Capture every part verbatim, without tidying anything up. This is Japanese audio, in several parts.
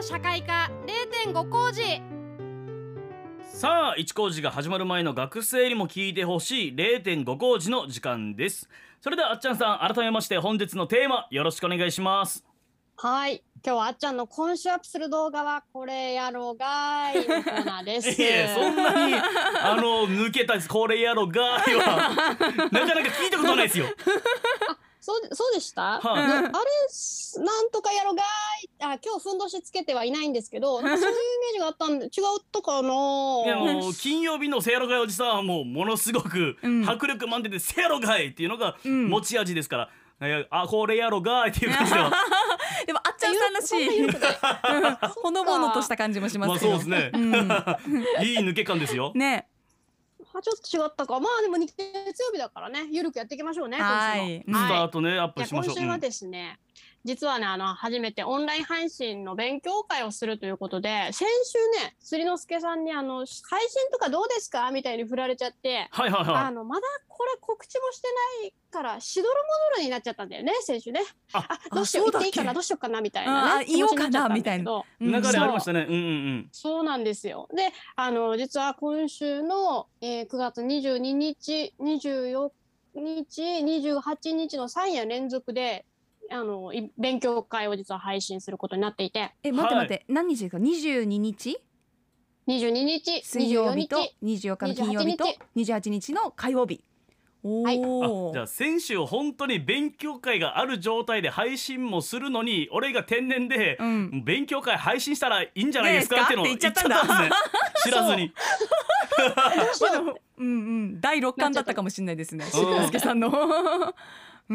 の社会科 れいてんご 工事。 さあいち工事が始まる前の学生にも聞いてほしい れいてんご 工事の時間です。それではあっちゃんさん、改めまして本日のテーマよろしくお願いします。 はい、今日はあっちゃんの今週アップする動画はこれやろがいのコーナーです。 いやそんなにあの抜けたこれやろがいはなかなか聞いたことないですよ。 あ、そうそうでした、はあ、あれなんとかやろがい、あ、今日ふんどしつけてはいないんですけど、なんかそういうイメージがあったんで違ったかな。 いやもう金曜日のせやろがいおじさんはもうものすごく迫力満点でせやろがいっていうのが持ち味ですから、うん、あこれやろがいっていう感じではでもあっちゃんさんらしいほのぼのとした感じもしますけど、 まあそうですね、うん、いい抜け感ですよね。あ、ちょっと違ったか。まあでも月曜日だからね、ゆるくやっていきましょうね。 はい、 スタートね、アップしましょう。 今週はですね、うん、実はね、あの初めてオンライン配信の勉強会をするということで、先週ね、すりのすけさんにあの配信とかどうですかみたいに振られちゃって、 はいはいはい、 あのまだこれ告知もしてないからしどろもどろになっちゃったんだよね、先週ね。あ、あどうしよう、言っていいかな、どうしようかなみたいなね、 言おうかなみたいな流れありましたね。うんうんうん。 そうなんですよ。で、あの実は今週の、えー、くがつにじゅうににち、にじゅうよっか、にじゅうはちにちのさん夜連続であの勉強会を実は配信することになっていて。 え、待って待って、はい、何日ですか？にじゅうににち？ にじゅうににち、 水曜日とにじゅうよっかの金曜日とにじゅうはちにちの火曜日。おはい、あ、じゃあ先週本当に勉強会がある状態で配信もするのに俺が天然で、うん、勉強会配信したらいいんじゃないですかっていうのを言っちゃったんですね。知らずにうんうん、だいろっかんだったかもしれないですね、しんのすけさんのうん、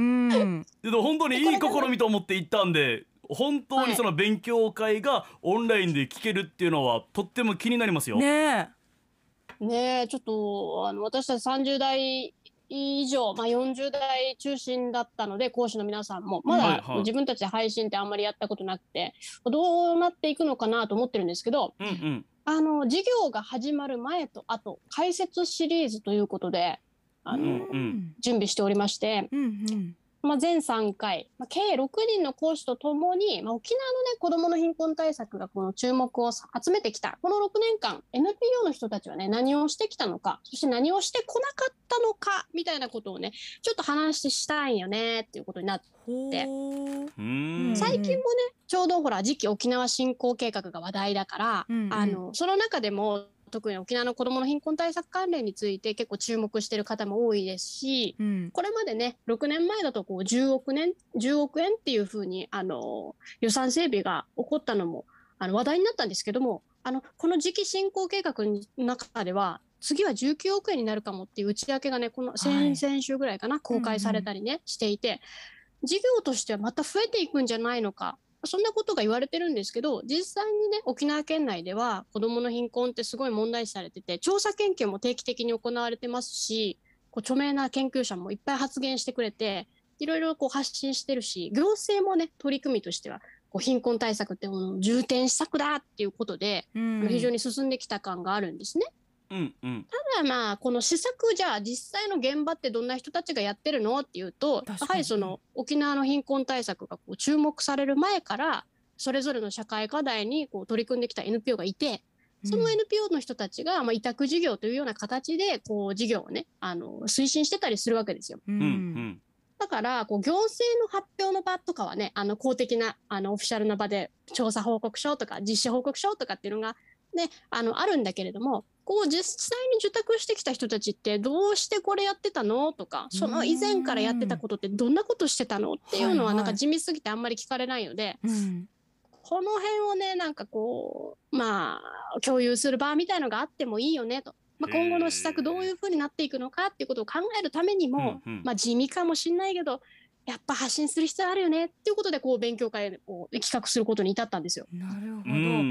でも本当にいい試みと思って行ったんで、本当にその勉強会がオンラインで聞けるっていうのはとっても気になりますよ。 ねえねえ、ちょっとあの私たちさんじゅうだい以上、まあ、よんじゅうだい中心だったので、講師の皆さんもまだ自分たちで配信ってあんまりやったことなくて、どうなっていくのかなと思ってるんですけど、うんうん、あの授業が始まる前と後解説シリーズということであの、うんうん、準備しておりまして、うんうん、まあ、全さんかい、まあ、計ろくにんの講師とともに、まあ、沖縄の、ね、子どもの貧困対策がこの注目を集めてきたこのろくねんかん エヌピーオー の人たちは、ね、何をしてきたのか、そして何をしてこなかったのかみたいなことをねちょっと話したいんよねっていうことになって、最近もねちょうどほら次期沖縄振興計画が話題だから、うんうん、あのその中でも特に沖縄の子どもの貧困対策関連について結構注目している方も多いですし、うん、これまでねろくねんまえだとこうじゅうおくねんじゅうおくえんっていう風にあの予算整備が起こったのもあの話題になったんですけども、あのこの次期振興計画の中では次はじゅうきゅうおくえんになるかもっていう内訳がねこの先々週ぐらいかな、はい、公開されたりね、うんうん、していて、事業としてはまた増えていくんじゃないのか、そんなことが言われてるんですけど、実際にね沖縄県内では子どもの貧困ってすごい問題視されてて、調査研究も定期的に行われてますし、こう著名な研究者もいっぱい発言してくれて、いろいろこう発信してるし、行政もね取り組みとしてはこう貧困対策って重点施策だっていうことで、うん、非常に進んできた感があるんですね。うんうん、ただまあこの施策じゃあ実際の現場ってどんな人たちがやってるのっていうと、やはりその沖縄の貧困対策がこう注目される前からそれぞれの社会課題にこう取り組んできた エヌピーオー がいて、その エヌピーオー の人たちがまあ委託事業というような形でこう事業をねあの推進してたりするわけですよ。うんうん、だからこう行政の発表の場とかはねあの公的なあのオフィシャルな場で調査報告書とか実施報告書とかっていうのがね、あのあるんだけれども、こう実際に受託してきた人たちってどうしてこれやってたのとか、その以前からやってたことってどんなことしてたのっていうのはなんか地味すぎてあんまり聞かれないので、はいはい、うん、この辺をねなんかこうまあ共有する場みたいのがあってもいいよねと、まあ、今後の施策どういうふうになっていくのかっていうことを考えるためにも、うんうん、まあ、地味かもしんないけどやっぱ発信する必要あるよねっていうことでこう勉強会を企画することに至ったんですよ。 なるほど、うん、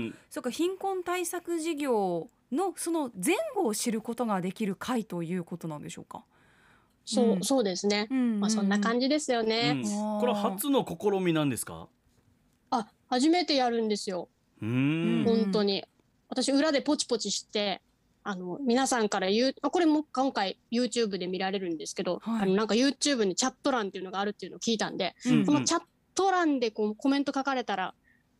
そうか、貧困対策事業のその前後を知ることができる会ということなんでしょうか。 そう、うん、そうですね、うんうんうん、まあ、そんな感じですよね、 うん、これは初の試みなんですか？ あ、初めてやるんですよ。うーん、本当に私裏でポチポチしてあの皆さんから言う、これも今回 YouTube で見られるんですけど、はい、あのなんか YouTube にチャット欄っていうのがあるっていうのを聞いたんで、うんうん、このチャット欄でこうコメント書かれたら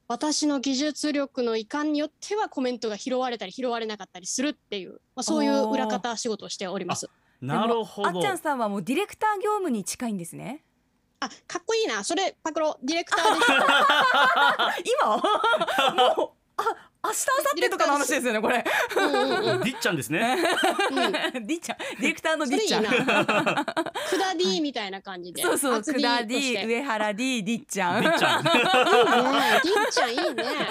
私の技術力の遺憾によってはコメントが拾われたり拾われなかったりするっていう、まあ、そういう裏方仕事をしております。 なるほど。 あっちゃんさんはもうディレクター業務に近いんですね。 あ、かっこいいな。それパクロディレクターです。 今もうあ明日明後日とかの話ですよねこれ。 ディッちゃんですね。 ディッちゃん、ディレクターのディッちゃん。 クダ D みたいな感じで。 そうそう、クダ D、上原 D、ディッちゃん。 ディッちゃん。いいね、 ディッちゃんいいね。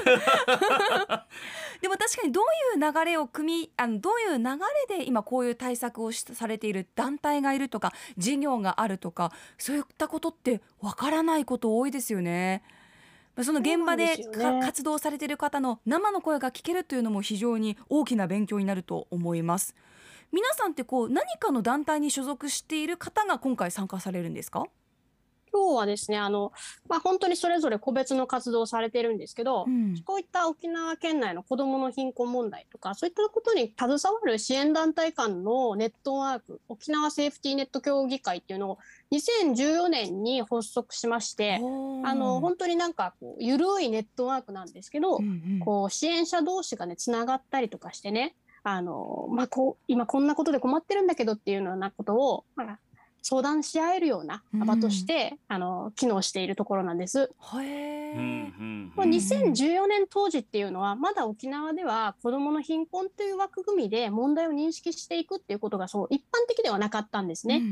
でも確かにどういう流れを組みあのどういう流れで今こういう対策をしされている団体がいるとか事業があるとかそういったことってわからないこと多いですよね。その現場でか活動されている方の生の声が聞けるというのも非常に大きな勉強になると思います。皆さんってこう何かの団体に所属している方が今回参加されるんですか？ 今日はですね、あの、まあ、本当にそれぞれ個別の活動をされてるんですけど、うん、こういった沖縄県内の子どもの貧困問題とかそういったことに携わる支援団体間のネットワーク、沖縄セーフティーネット協議会っていうのをにせんじゅうよねんに発足しまして、あの本当になんかこう緩いネットワークなんですけど、うんうん、こう支援者同士がねつながったりとかしてね、あの、まあ、こう今こんなことで困ってるんだけどっていうようなことを、まあ相談し合えるような場として、うん、あの機能しているところなんです。 へー。にせんじゅうよねん当時っていうのはまだ沖縄では子どもの貧困という枠組みで問題を認識していくっていうことがそう一般的ではなかったんですね。うんうん、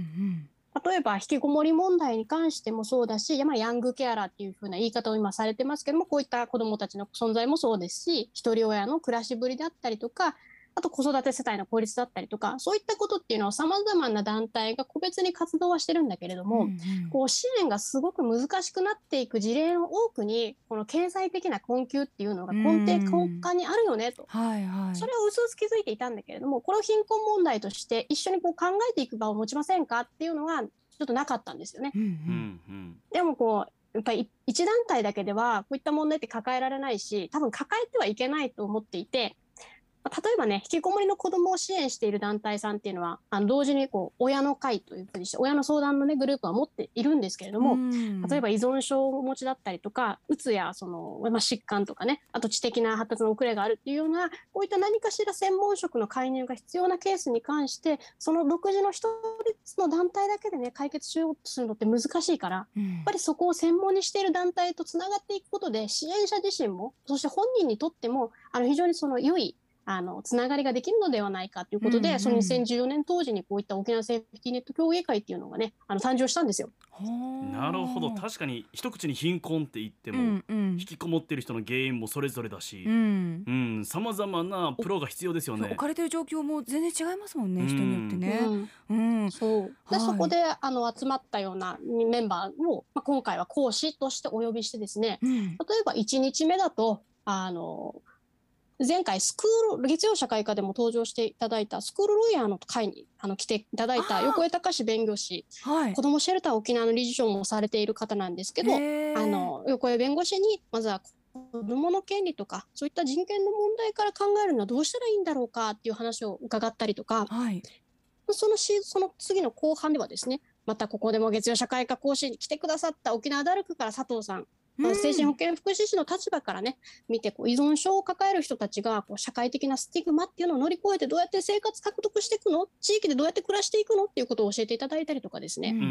例えば引きこもり問題に関してもそうだし、まあ、ヤングケアラーっていう風な言い方を今されてますけども、こういった子どもたちの存在もそうですし、一人親の暮らしぶりだったりとか、あと子育て世帯の効率だったりとか、そういったことっていうのはさまざまな団体が個別に活動はしてるんだけれども、うんうん、こう支援がすごく難しくなっていく事例の多くにこの経済的な困窮っていうのが根底根幹にあるよねと、はいはい、それをうすうす気づいていたんだけれども、これを貧困問題として一緒にこう考えていく場を持ちませんかっていうのがちょっとなかったんですよね。うんうんうん、でもこうやっぱり一団体だけではこういった問題って抱えられないし、多分抱えてはいけないと思っていて、例えばね、引きこもりの子どもを支援している団体さんっていうのはあの同時にこう親の会というふうにして親の相談の、ね、グループは持っているんですけれども、例えば依存症をお持ちだったりとか、うつやその、まあ、疾患とかね、あと知的な発達の遅れがあるっていうようなこういった何かしら専門職の介入が必要なケースに関して、その独自の一つの団体だけでね解決しようとするのって難しいから、うん、やっぱりそこを専門にしている団体とつながっていくことで支援者自身もそして本人にとってもあの非常にその良いあのつながりができるのではないかということで、うんうん、そのにせんじゅうよねん当時にこういった沖縄セーフティーネット協議会っていうのがねあの誕生したんですよ。 なるほど。確かに一口に貧困って言っても、うんうん、引きこもってる人の原因もそれぞれだし、さまざまなプロが必要ですよね。 置かれてる状況も全然違いますもんね、うん、人によってね。 うんうん、そうで、はい、そこであの集まったようなメンバーを、まあ、今回は講師としてお呼びしてですね、うん、例えばいちにちめだとあの前回スクール月曜社会科でも登場していただいたスクールロイヤーの会にあの来ていただいた横江隆弁護士、はい、子どもシェルター沖縄の理事長もされている方なんですけど、あの横江弁護士にまずは子どもの権利とかそういった人権の問題から考えるのはどうしたらいいんだろうかっていう話を伺ったりとか、はい、そのしその次の後半ではですね、またここでも月曜社会科講師に来てくださった沖縄ダルクから佐藤さん、まあ、精神保健福祉士の立場からね見てこう依存症を抱える人たちがこう社会的なスティグマっていうのを乗り越えてどうやって生活獲得していくの、地域でどうやって暮らしていくのっていうことを教えていただいたりとかですね、うんうん、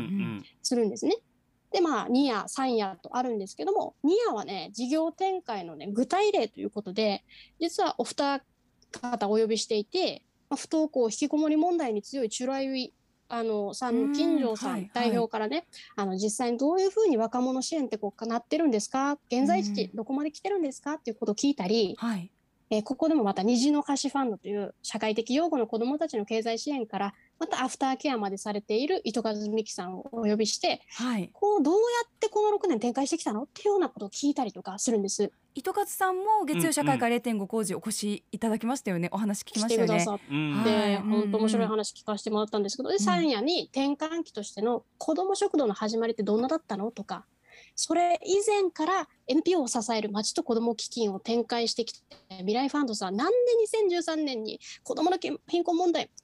するんですね。でまあに夜さん夜とあるんですけども、に夜はね事業展開のね具体例ということで、実はお二方お呼びしていて、まあ、不登校引きこもり問題に強いチュライあのさん金城さん、はい、代表からね、はい、あの実際にどういうふうに若者支援ってこうなってるんですか、現在地どこまで来てるんですかっていうことを聞いたり、はい、えー、ここでもまた虹の橋ファンドという社会的養護の子どもたちの経済支援からまたアフターケアまでされている糸数美希さんをお呼びして、はい、こうどうやってこのろくねん展開してきたのっていうようなことを聞いたりとかするんです。 糸数さんも月曜社会科 れいてんご 工事お越しいただきましたよね、うんうん、お話聞きましたよね。 来てくださって、うん、で本当面白い話聞かせてもらったんですけど、でさん夜に転換期としての子ども食堂の始まりってどんなだったのとか、それ以前から エヌピーオー を支える町と子ども基金を展開してきて未来ファンドさん、なんでにせんじゅうさんねんに子どもの貧困問題、まあ、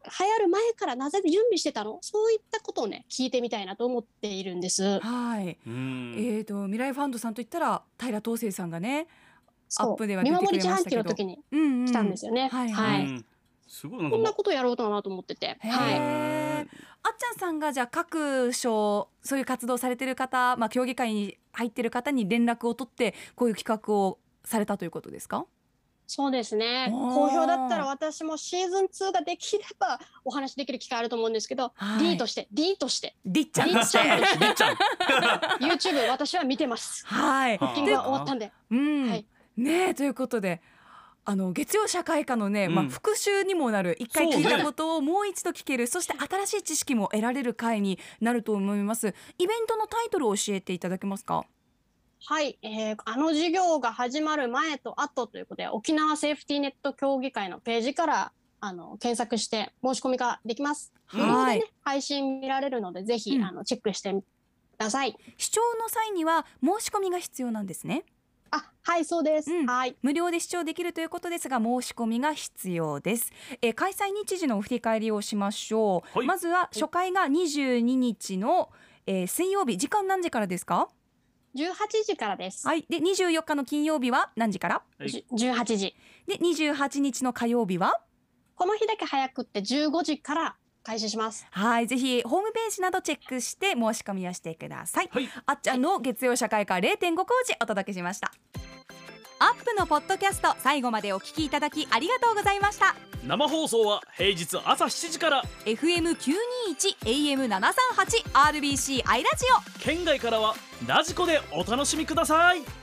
流行る前からなぜ準備してたの、そういったことをね聞いてみたいなと思っているんです。 はい。えーと未来ファンドさんといったら平東成さんがねアップでは出てくれましたけど、 見守り自販機の時に来たんですよね。はいはい。うん、 すごいこんなことやろうとなと思ってて。はい。 あっちゃんさんがじゃあ各省そういう活動されてる方、まあ競技会に入ってる方に連絡を取ってこういう企画をされたということですか？ そうですね。好評だったら私もシーズンツーができればお話できる機会あると思うんですけど、はい、D として D としてりっちゃん D ちゃんとして YouTube 私は見てます。 はい。 ブッキングが終わったんで。 うん。はい、ねえということで。あの月曜社会科のね、うん、まあ、復習にもなる、一回聞いたことをもう一度聞ける、 そ,、ね、そして新しい知識も得られる回になると思います。イベントのタイトルを教えていただけますか？ はい、えー、あの授業が始まる前と後ということで、沖縄セーフティーネット協議会のページからあの検索して申し込みができます。無料でね、配信見られるのでぜひ、うん、あのチェックしてください。 視聴の際には申し込みが必要なんですね。 あ、はいそうです、うん、はい、 無料で視聴できるということですが申し込みが必要です。えー、開催日時のお振り返りをしましょう。はい、まずは初回がにじゅうににちの、えー、水曜日、時間何時からですか？ じゅうはちじからです。 はい。でにじゅうよっかの金曜日は何時から？ はい、じゅうはちじでにじゅうはちにちの火曜日はこの日だけ早くってじゅうごじから開始します。 はい、ぜひホームページなどチェックして申し込みをしてください。はい、あっちゃんの月曜社会科 れいてんご 講師お届けしました。アップのポッドキャスト、最後までお聞きいただきありがとうございました。 生放送は平日朝しちじからエフエムきゅうにいち エーエムななさんはち アールビーシー アイラジオ、 県外からはラジコでお楽しみください。